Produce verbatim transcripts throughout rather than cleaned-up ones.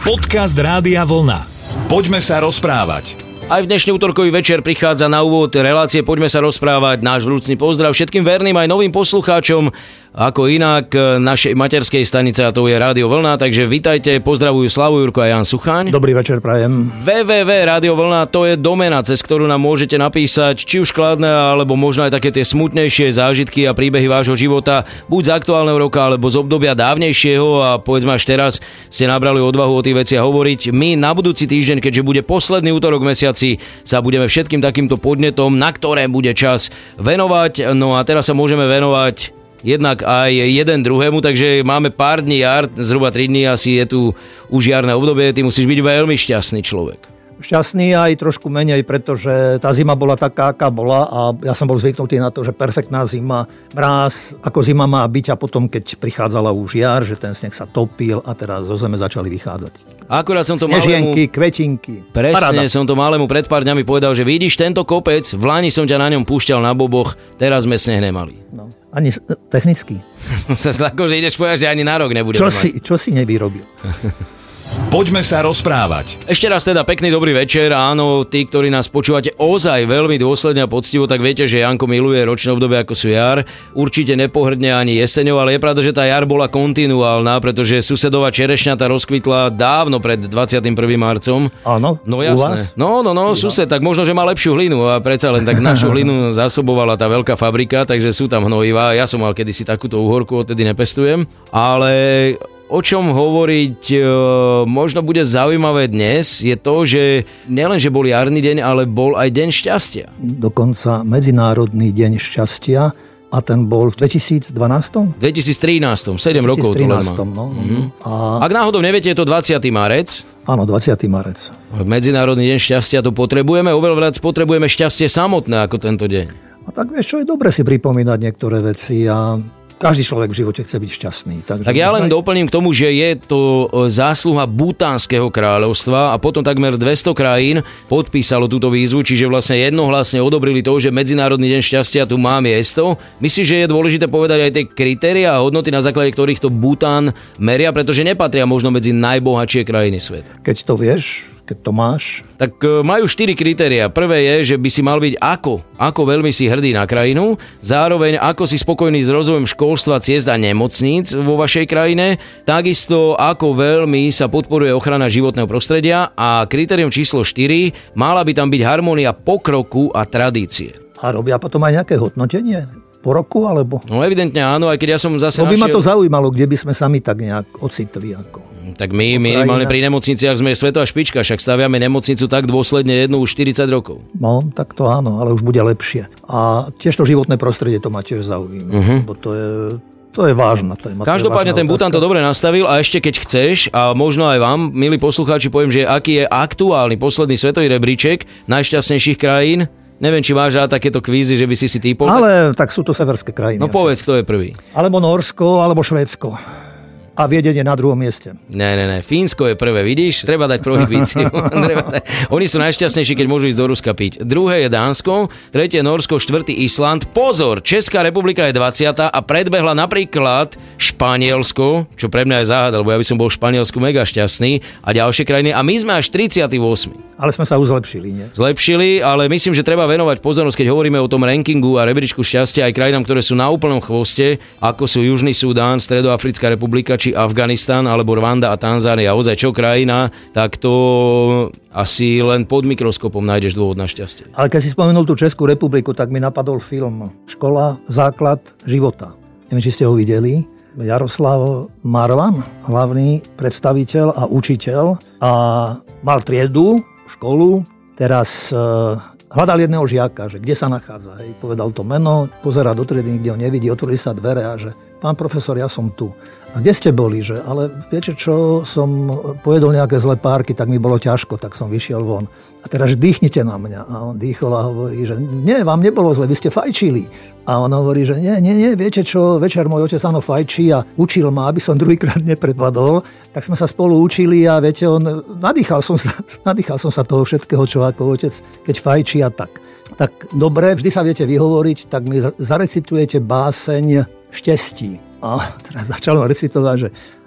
Podcast Rádia Vlna. Poďme sa rozprávať. Aj v dnešný útorkový večer prichádza na úvod relácie Poďme sa rozprávať náš vrúcny pozdrav všetkým verným aj novým poslucháčom, ako inak našej materskej stanice, a to je Rádio Vlna, takže vitajte, pozdravujú Slavo Jurko a Jan Suchaň. Dobrý večer prajem. w w w bodka rádio vlna to je domena, cez ktorú nám môžete napísať či už kladné, alebo možno aj také tie smutnejšie zážitky a príbehy vášho života, buď z aktuálneho roka, alebo z obdobia dávnejšieho, a povedzme až teraz ste nabrali odvahu o tých veciach hovoriť. My na budúci týždeň, keďže bude posledný útorok mesiaci, sa budeme všetkým takýmto podnetom, na ktoré bude čas, venovať. No a teraz sa môžeme venovať jednak aj jeden druhému, takže máme pár dní jar, zhruba tri dní asi je tu už jarné obdobie, ty musíš byť veľmi šťastný človek. Šťastný aj trošku menej, pretože tá zima bola taká, aká bola, a ja som bol zvyknutý na to, že perfektná zima, mráz, ako zima má byť, a potom, keď prichádzala už jar, že ten sneh sa topil a teraz zo zeme začali vychádzať. Akurát som to Snežienky, malému... kvetinky. Presne, Paráda. som to malému pred pár dňami povedal, že vidíš tento kopec, v lani som ťa na ňom púšťal na boboch, teraz sme sneh nemali. No, ani technicky. Som sa zlako, že ideš povedať, že ani na rok nebudeme Čo mať. si, čo si nevyrobil? Poďme sa rozprávať. Ešte raz teda pekný dobrý večer. Áno, tí, ktorí nás počúvate ozaj veľmi dôsledne a poctivo, tak viete, že Janko miluje ročné obdobie ako sú jar. Určite nepohrdne ani jeseňou, ale je pravda, že tá jar bola kontinuálna, pretože susedová čerešňa tá rozkvitla dávno pred dvadsiatym prvým marcom. Áno, No jasné. No, no, no, sused, tak možno, že má lepšiu hlinu, a predsa len tak našu hlinu zásobovala tá veľká fabrika, takže sú tam hnojivá. Ja som mal kedysi takúto uhorku, odtedy nepestujem, ale o čom hovoriť e, možno bude zaujímavé dnes, je to, že nielen, že bol jarný deň, ale bol aj deň šťastia. Dokonca Medzinárodný deň šťastia, a ten bol v dvetisícdvanásť? dvetisíctrinásť, sedem rokov to len má. No, Mhm. a... Ak náhodou neviete, je to dvadsiaty marec. Áno, dvadsiaty marec. Medzinárodný deň šťastia to potrebujeme, oveľa viac potrebujeme šťastie samotné ako tento deň. A tak vieš čo, je dobre si pripomínať niektoré veci, a každý človek v živote chce byť šťastný. Takže Tak ja len aj... doplním k tomu, že je to zásluha Bhutánskeho kráľovstva, a potom takmer dvesto krajín podpísalo túto výzvu, čiže vlastne jednohlasne odobrili to, že Medzinárodný deň šťastia tu má miesto. Myslím, že je dôležité povedať aj tie kritériá a hodnoty, na základe ktorých to Bhután meria, pretože nepatria možno medzi najbohatšie krajiny sveta. Keď to vieš, keď to máš. Tak majú štyri kritériá. Prvé je, že by si mal byť ako, ako veľmi si hrdý na krajinu, zároveň ako si spokojný s rozvojom školstva, ciest a nemocníc vo vašej krajine, takisto ako veľmi sa podporuje ochrana životného prostredia, a kritérium číslo štyri, mala by tam byť harmónia pokroku a tradície. A robia potom aj nejaké hodnotenie? Po roku, alebo? No evidentne áno, aj keď ja som zase No by našiel... ma to zaujímalo, kde by sme sami tak nejak ocitli. Ako. Tak my minimálne pri nemocniciach sme svetová špička, však staviame nemocnicu tak dôsledne jednu už štyridsať rokov. No, tak to áno, ale už bude lepšie. A tiež to životné prostredie to ma tiež zaujíma, uh-huh. Lebo to je... To je vážna téma. Každopádne ten Bhután to dobre nastavil, a ešte keď chceš, a možno aj vám, milí poslucháči, poviem, že aký je aktuálny posledný svetový rebríček najšťastnejších krajín. Neviem, či máš rád takéto kvízy, že by si si typol. Ale tak sú to severské krajiny. No povedz, kto je prvý. Alebo Norsko, alebo Švédsko. A Viedeň je na druhom mieste. Ne, ne, ne. Fínsko je prvé, vidíš? Treba dať prohibíciu. Oni sú najšťastnejší, keď môžu ísť do Ruska piť. Druhé je Dánsko, tretie Norsko, štvrtý Island. Pozor, Česká republika je dvadsiata a predbehla napríklad Španielsko, čo pre mňa je záhada, lebo ja by som bol v Španielsku mega šťastný, a ďalšie krajiny. A my sme až tridsiaty ôsmy Ale sme sa už zlepšili, nie? Zlepšili, ale myslím, že treba venovať pozornosť, keď hovoríme o tom rankingu a rebríčku šťastia, aj krajinám, ktoré sú na úplnom chvoste, ako sú Južný Sudán, Stredoafrická republika, či Afganistan, alebo Rwanda a Tanzánia. Ozaj čo krajina, tak to asi len pod mikroskopom nájdeš dôvod na šťastie. Ale keď si spomenul tú Českú republiku, tak mi napadol film Škola, základ života. Neviem, či ste ho videli. Jaroslav Marvan, hlavný predstaviteľ a učiteľ, a mal triedu, školu, teraz e, hľadal jedného žiaka, že kde sa nachádza. Hej. Povedal to meno, pozerá do triedy, nikde ho nevidí, otvorili sa dvere a že pán profesor, ja som tu. A kde ste boli? Že, ale viete čo, som pojedol nejaké zlé párky, tak mi bolo ťažko, tak som vyšiel von. A teraz dýchnite na mňa. A on dýchol a hovorí, že nie, vám nebolo zle, vy ste fajčili. A on hovorí, že nie, nie, nie, viete čo, večer môj otec áno fajčí a učil ma, aby som druhýkrát neprepadol. Tak sme sa spolu učili a viete, on, nadýchal som sa, nadýchal som sa toho všetkého, čo ako otec, keď fajčí a tak. Tak dobre, vždy sa viete vyhovoriť, tak mi zarecitujete báseň Štestí. A teraz začal recitovať, že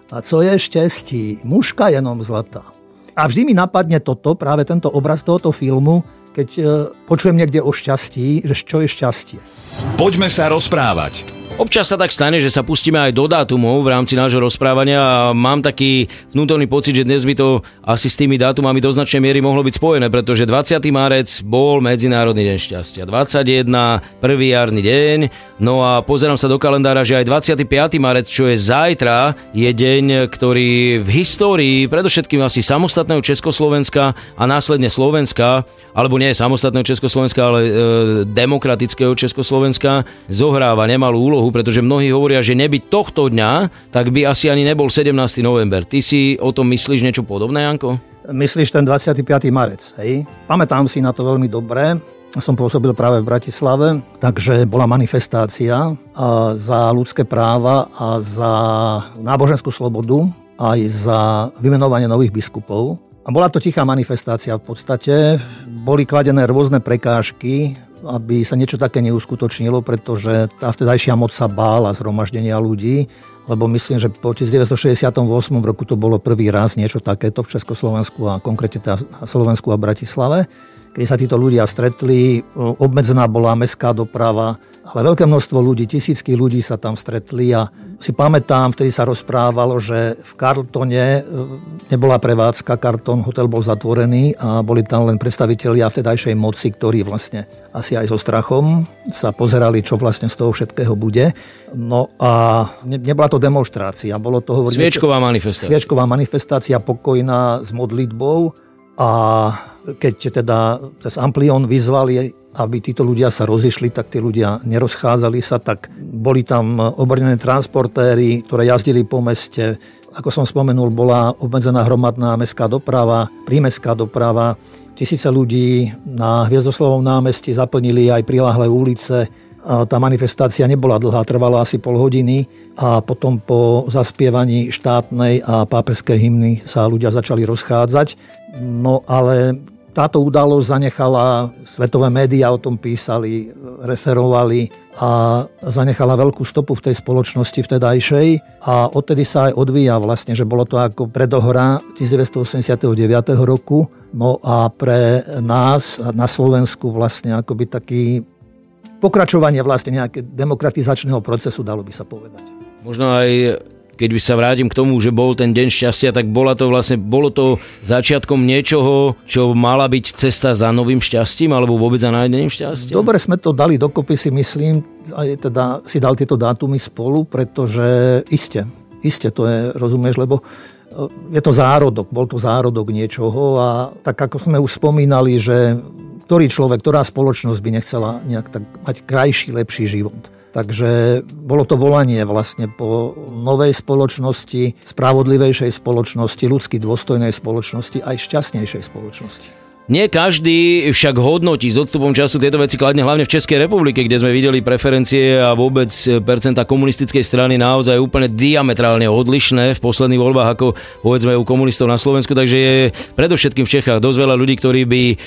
A co je štěstí? Mužka jenom zlatá. A vždy mi napadne toto, práve tento obraz tohoto filmu, keď počujem niekde o šťastí, že čo je šťastie. Poďme sa rozprávať. Občas sa tak stane, že sa pustíme aj do dátumov v rámci nášho rozprávania a mám taký vnútorný pocit, že dnes by to asi s tými dátumami do značnej miery mohlo byť spojené, pretože dvadsiateho marca bol Medzinárodný deň šťastia, dvadsiateho prvého prvý jarný deň, no a pozerám sa do kalendára, že aj dvadsiateho piateho marca, čo je zajtra, je deň, ktorý v histórii, predovšetkým asi samostatného Československa a následne Slovenska, alebo nie samostatného Československa, ale e, demokratického Československa, zohráva nemalú úlohu, pretože mnohí hovoria, že nebyť tohto dňa, tak by asi ani nebol sedemnásteho november. Ty si o tom myslíš niečo podobné, Janko? Myslíš ten dvadsiateho piateho marca, hej? Pamätám si na to veľmi dobre. Som pôsobil práve v Bratislave, takže bola manifestácia za ľudské práva a za náboženskú slobodu, aj za vymenovanie nových biskupov. A bola to tichá manifestácia v podstate. Boli kladené rôzne prekážky, aby sa niečo také neuskutočnilo, pretože tá vtedajšia moc sa bála zhromaždenia ľudí, lebo myslím, že po devätnásťstošesťdesiatom ôsmom roku to bolo prvý raz niečo takéto v Československu a konkrétne na Slovensku a Bratislave, keď sa títo ľudia stretli, obmedzená bola mestská doprava, ale veľké množstvo ľudí, tisícky ľudí sa tam stretli a si pamätám, vtedy sa rozprávalo, že v Carltone nebola prevádzka, Carlton hotel bol zatvorený a boli tam len predstavitelia vtedajšej moci, ktorí vlastne asi aj so strachom sa pozerali, čo vlastne z toho všetkého bude. No a ne, nebola to demonštrácia, bolo to hovoriť... Sviečková manifestácia. Sviečková manifestácia pokojná s modlitbou a keď teda cez Amplion vyzvali, aby títo ľudia sa rozišli, tak tí ľudia nerozchádzali sa, tak boli tam obrnené transportéry, ktoré jazdili po meste. Ako som spomenul, bola obmedzená hromadná mestská doprava, prímestská doprava. Tisíce ľudí na Hviezdoslavovom námestí zaplnili aj priláhle ulice. A tá manifestácia nebola dlhá, trvala asi pol hodiny a potom po zaspievaní štátnej a pápežskej hymny sa ľudia začali rozchádzať. No ale táto udalosť zanechala, svetové médiá o tom písali, referovali a zanechala veľkú stopu v tej spoločnosti vtedajšej a odtedy sa aj odvíja vlastne, že bolo to ako predohra devätnásťstoosemdesiatdeväť roku, no a pre nás na Slovensku vlastne akoby taký pokračovanie vlastne nejaké demokratizačného procesu, dalo by sa povedať. Možno aj keď by sa vrátim k tomu, že bol ten deň šťastia, tak bola to vlastne, bolo to začiatkom niečoho, čo mala byť cesta za novým šťastím, alebo vôbec za nájdeným šťastím? Dobre sme to dali dokopy, si myslím, aj teda si dal tieto dátumy spolu, pretože iste, iste to je, rozumieš, lebo je to zárodok, bol to zárodok niečoho a tak ako sme už spomínali, že ktorý človek, ktorá spoločnosť by nechcela nejak tak mať krajší, lepší život. Takže bolo to volanie vlastne po novej spoločnosti, spravodlivejšej spoločnosti, ľudsky dôstojnej spoločnosti, aj šťastnejšej spoločnosti. Nie každý však hodnotí s odstupom času tieto veci kladne, hlavne v Českej republike, kde sme videli preferencie a vôbec percenta komunistickej strany naozaj úplne diametrálne odlišné v posledných voľbách ako povedzme u komunistov na Slovensku, takže je predovšetkým v Čechách dosť veľa ľudí, ktorí by uh,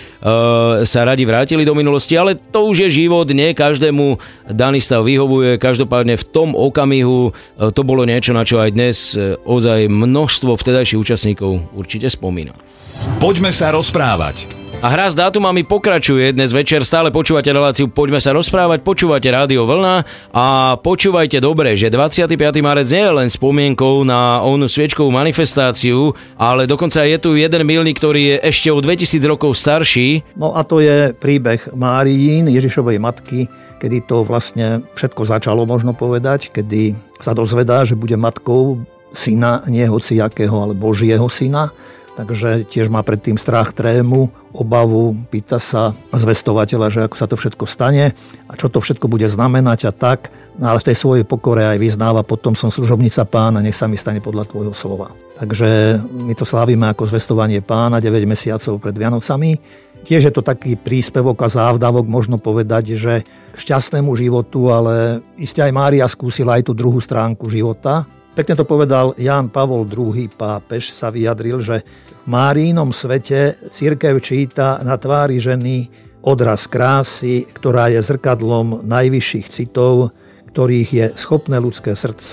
sa radi vrátili do minulosti, ale to už je život, nie každému daný stav vyhovuje, každopádne v tom okamihu uh, to bolo niečo, na čo aj dnes uh, ozaj množstvo vtedajších účastníkov určite spomína. Poďme sa rozprávať. A hra s dátumami pokračuje. Dnes večer stále počúvate reláciu Poďme sa rozprávať, počúvate Rádio Vlna a počúvajte dobre, že dvadsiateho piateho marca nie je len spomienkou na onú sviečkovú manifestáciu, ale dokonca je tu jeden milník, ktorý je ešte o dvetisíc rokov starší. No a to je príbeh Máriín, Ježišovej matky, kedy to vlastne všetko začalo, možno povedať, kedy sa dozvedá, že bude matkou syna, nie hociakého, ale Božieho syna. Takže tiež má predtým strach, trému, obavu, pýta sa zvestovateľa, že ako sa to všetko stane a čo to všetko bude znamenať a tak. No ale v tej svojej pokore aj vyznáva, potom som služobnica Pána, nech sa mi stane podľa tvojho slova. Takže my to slávime ako zvestovanie Pána deväť mesiacov pred Vianocami. Tiež je to taký príspevok a závdavok, možno povedať, že k šťastnému životu, ale iste aj Mária skúsila aj tú druhú stránku života. Pekne to povedal Ján Pavol druhý. pápež, sa vyjadril, že v Máriinom svete cirkev číta na tvári ženy odraz krásy, ktorá je zrkadlom najvyšších citov, ktorých je schopné ľudské srdce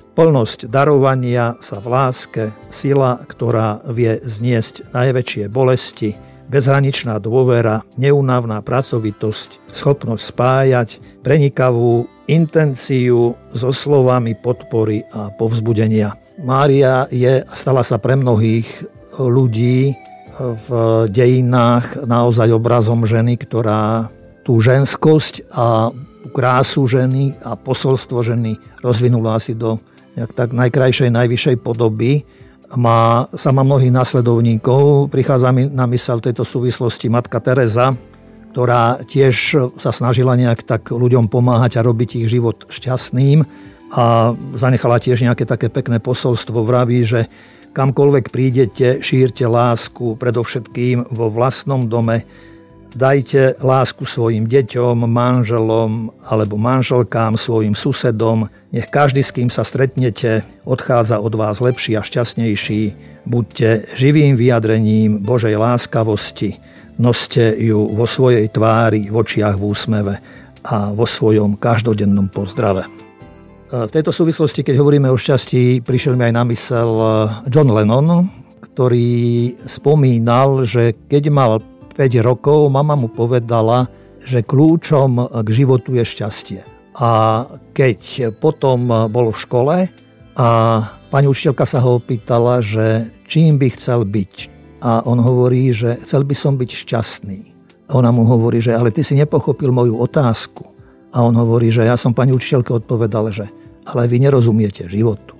Plnosť darovania sa v láske, sila, ktorá vie zniesť najväčšie bolesti, bezhraničná dôvera, neúnavná pracovitosť, schopnosť spájať, prenikavú intenciu so slovami podpory a povzbudenia. Mária je, stala sa pre mnohých ľudí v dejinách naozaj obrazom ženy, ktorá tú ženskosť a tú krásu ženy a posolstvo ženy rozvinula asi do nejak tak najkrajšej, najvyššej podoby. Má sama mnohých nasledovníkov. Prichádza mi na myseľ v tejto súvislosti matka Teresa, ktorá tiež sa snažila nejak tak ľuďom pomáhať a robiť ich život šťastným a zanechala tiež nejaké také pekné posolstvo. Vraví, že kamkoľvek prídete, šírte lásku, predovšetkým vo vlastnom dome. Dajte lásku svojim deťom, manželom alebo manželkám, svojim susedom. Nech každý, s kým sa stretnete, odchádza od vás lepší a šťastnejší. Buďte živým vyjadrením Božej láskavosti. Noste ju vo svojej tvári, v očiach v úsmeve a vo svojom každodennom pozdrave. V tejto súvislosti, keď hovoríme o šťastí, prišiel mi aj na mysel John Lennon, ktorý spomínal, že keď mal päť rokov, mama mu povedala, že kľúčom k životu je šťastie. A keď potom bol v škole a pani učiteľka sa ho opýtala, že čím by chcel byť. A on hovorí, že chcel by som byť šťastný. A ona mu hovorí, že ale ty si nepochopil moju otázku. A on hovorí, že ja som pani učiteľke odpovedal, že ale vy nerozumiete životu.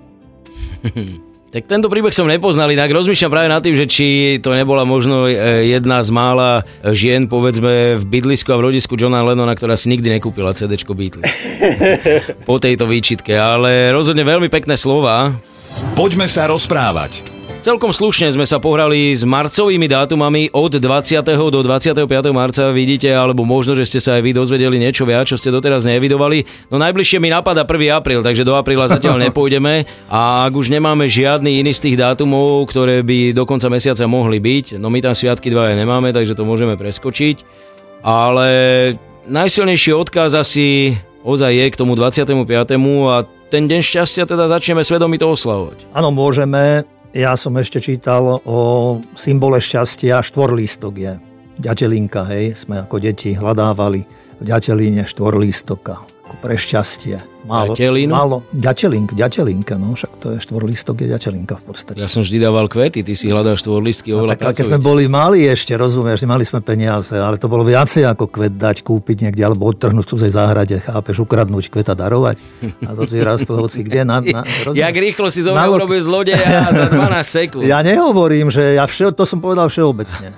Tak tento príbeh som nepoznal, inak rozmýšľam práve nad tým, že či to nebola možno jedna z mála žien, povedzme, v bydlisku a v rodisku Johna Lennona, ktorá si nikdy nekúpila cé déčko Beatles. Po tejto výčitke, ale rozhodne veľmi pekné slova. Poďme sa rozprávať. Celkom slušne sme sa pohrali s marcovými dátumami od dvadsiateho do dvadsiateho piateho marca, vidíte, alebo možno, že ste sa aj vy dozvedeli niečo viac, čo ste doteraz neevidovali. No najbližšie mi napadá prvý apríl, takže do apríla zatiaľ nepôjdeme a ak už nemáme žiadny iný z tých dátumov, ktoré by do konca mesiaca mohli byť, no my tam sviatky dvaja nemáme, takže to môžeme preskočiť, ale najsilnejší odkaz asi ozaj je k tomu dvadsiatemu piatemu a ten deň šťastia teda začneme svedomito oslavovať. Áno, môžeme. Ja som ešte čítal o symbole šťastia, štvorlístok je. Ďatelinka, hej, sme ako deti hľadávali v ďateline štvorlístoka, ako pre šťastie. Málo, Ďatelinu? Málo, ďatelink, ďatelinka, no však to je štvorlístok, je ďatelinka v podstate. Ja som vždy dával kvety, ty si hľadáš štvorlístky oveľa pracovite. Keď sme boli mali ešte, rozumieš, mali sme peniaze, ale to bolo viacej ako kvet dať, kúpiť niekde, alebo odtrhnúť v cudzej záhrade, chápeš, ukradnúť kvet a darovať. A to si raz to hoci kde. Na, na, Jak rýchlo si zo mňa urobil zlodeja za dvanásť sekúnd. Ja nehovorím, že ja vše, to som povedal všeobecne.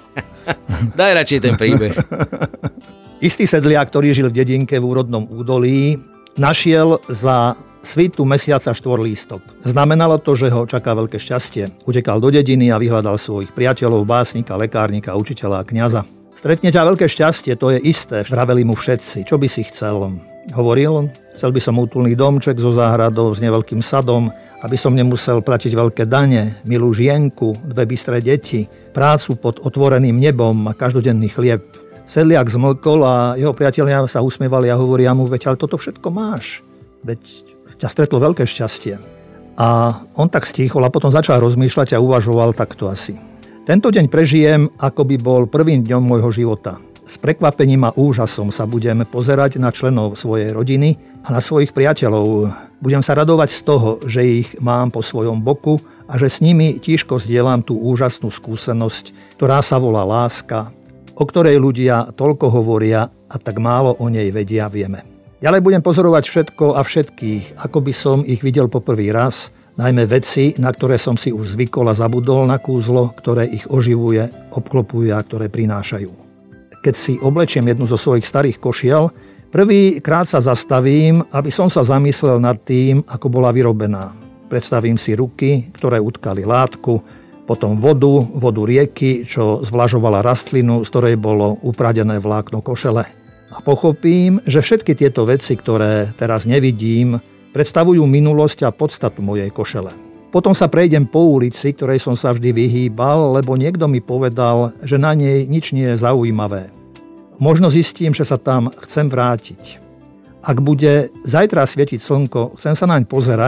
Daj radšej ten príbeh. Istý sedliak, ktorý žil v dedinke v úrodnom údolí, našiel za svitu mesiaca štvorlístok. Znamenalo to, že ho čaká veľké šťastie. Utekal do dediny a vyhľadal svojich priateľov, básnika, lekárnika, učiteľa a kňaza. Stretne ťa veľké šťastie, to je isté, vraveli mu všetci. Čo by si chcel? Hovoril, chcel by som útulný domček so záhradou, s neveľkým sadom, aby som nemusel platiť veľké dane, milú žienku, dve bystré deti, prácu pod otvoreným nebom a každodenný chlieb. Sedliak zmlkol a jeho priatelia sa usmievali a hovoria mu, veď ale toto všetko máš, veď ťa stretlo veľké šťastie. A on tak stíchol a potom začal rozmýšľať a uvažoval takto asi. Tento deň prežijem, ako by bol prvým dňom môjho života. S prekvapením a úžasom sa budem pozerať na členov svojej rodiny a na svojich priateľov. Budem sa radovať z toho, že ich mám po svojom boku a že s nimi tížko zdieľam tú úžasnú skúsenosť, ktorá sa volá láska, o ktorej ľudia toľko hovoria a tak málo o nej vedia, vieme. Ďalej budem pozorovať všetko a všetkých, ako by som ich videl po prvý raz, najmä veci, na ktoré som si už zvykol a zabudol, na kúzlo, ktoré ich oživuje, obklopuje a ktoré prinášajú. Keď si oblečiem jednu zo svojich starých košiel, prvýkrát sa zastavím, aby som sa zamyslel nad tým, ako bola vyrobená. Predstavím si ruky, ktoré utkali látku, potom vodu, vodu rieky, čo zvlažovala rastlinu, z ktorej bolo upradené vlákno košele. A pochopím, že všetky tieto veci, ktoré teraz nevidím, predstavujú minulosť a podstatu mojej košele. Potom sa prejdem po ulici, ktorej som sa vždy vyhýbal, lebo niekto mi povedal, že na nej nič nie je zaujímavé. Možno zistím, že sa tam chcem vrátiť. Ak bude zajtra svietiť slnko, chcem sa naň pozerať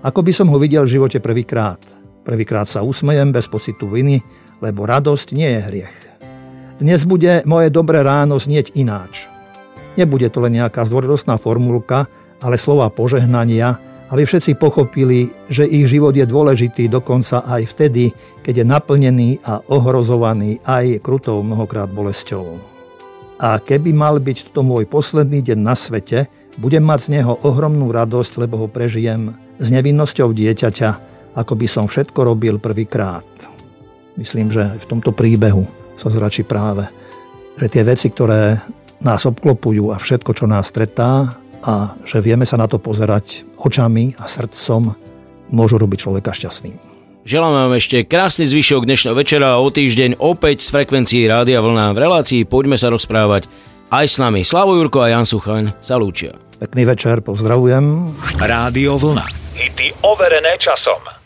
Ako by som ho videl v živote prvýkrát. Prvýkrát sa usmejem bez pocitu viny, lebo radosť nie je hriech. Dnes bude moje dobré ráno znieť ináč. Nebude to len nejaká zdvorilostná formulka, ale slova požehnania, aby všetci pochopili, že ich život je dôležitý dokonca aj vtedy, keď je naplnený a ohrozovaný aj krutou mnohokrát bolesťou. A keby mal byť to môj posledný deň na svete, budem mať z neho ohromnú radosť, lebo ho prežijem s nevinnosťou dieťaťa, ako by som všetko robil prvýkrát. Myslím, že v tomto príbehu sa zračí práve, že tie veci, ktoré nás obklopujú a všetko, čo nás stretá, a že vieme sa na to pozerať očami a srdcom, môžu robiť človeka šťastným. Želám vám ešte krásny zvyšok dnešného večera a o týždeň opäť z frekvencií Rádia Vlna v relácii Poďme sa rozprávať aj s nami. Slavo Jurko a Jan Suchaň sa lúčia. Pekný večer, pozdravujem. Rádio Vlna. Hity overené časom.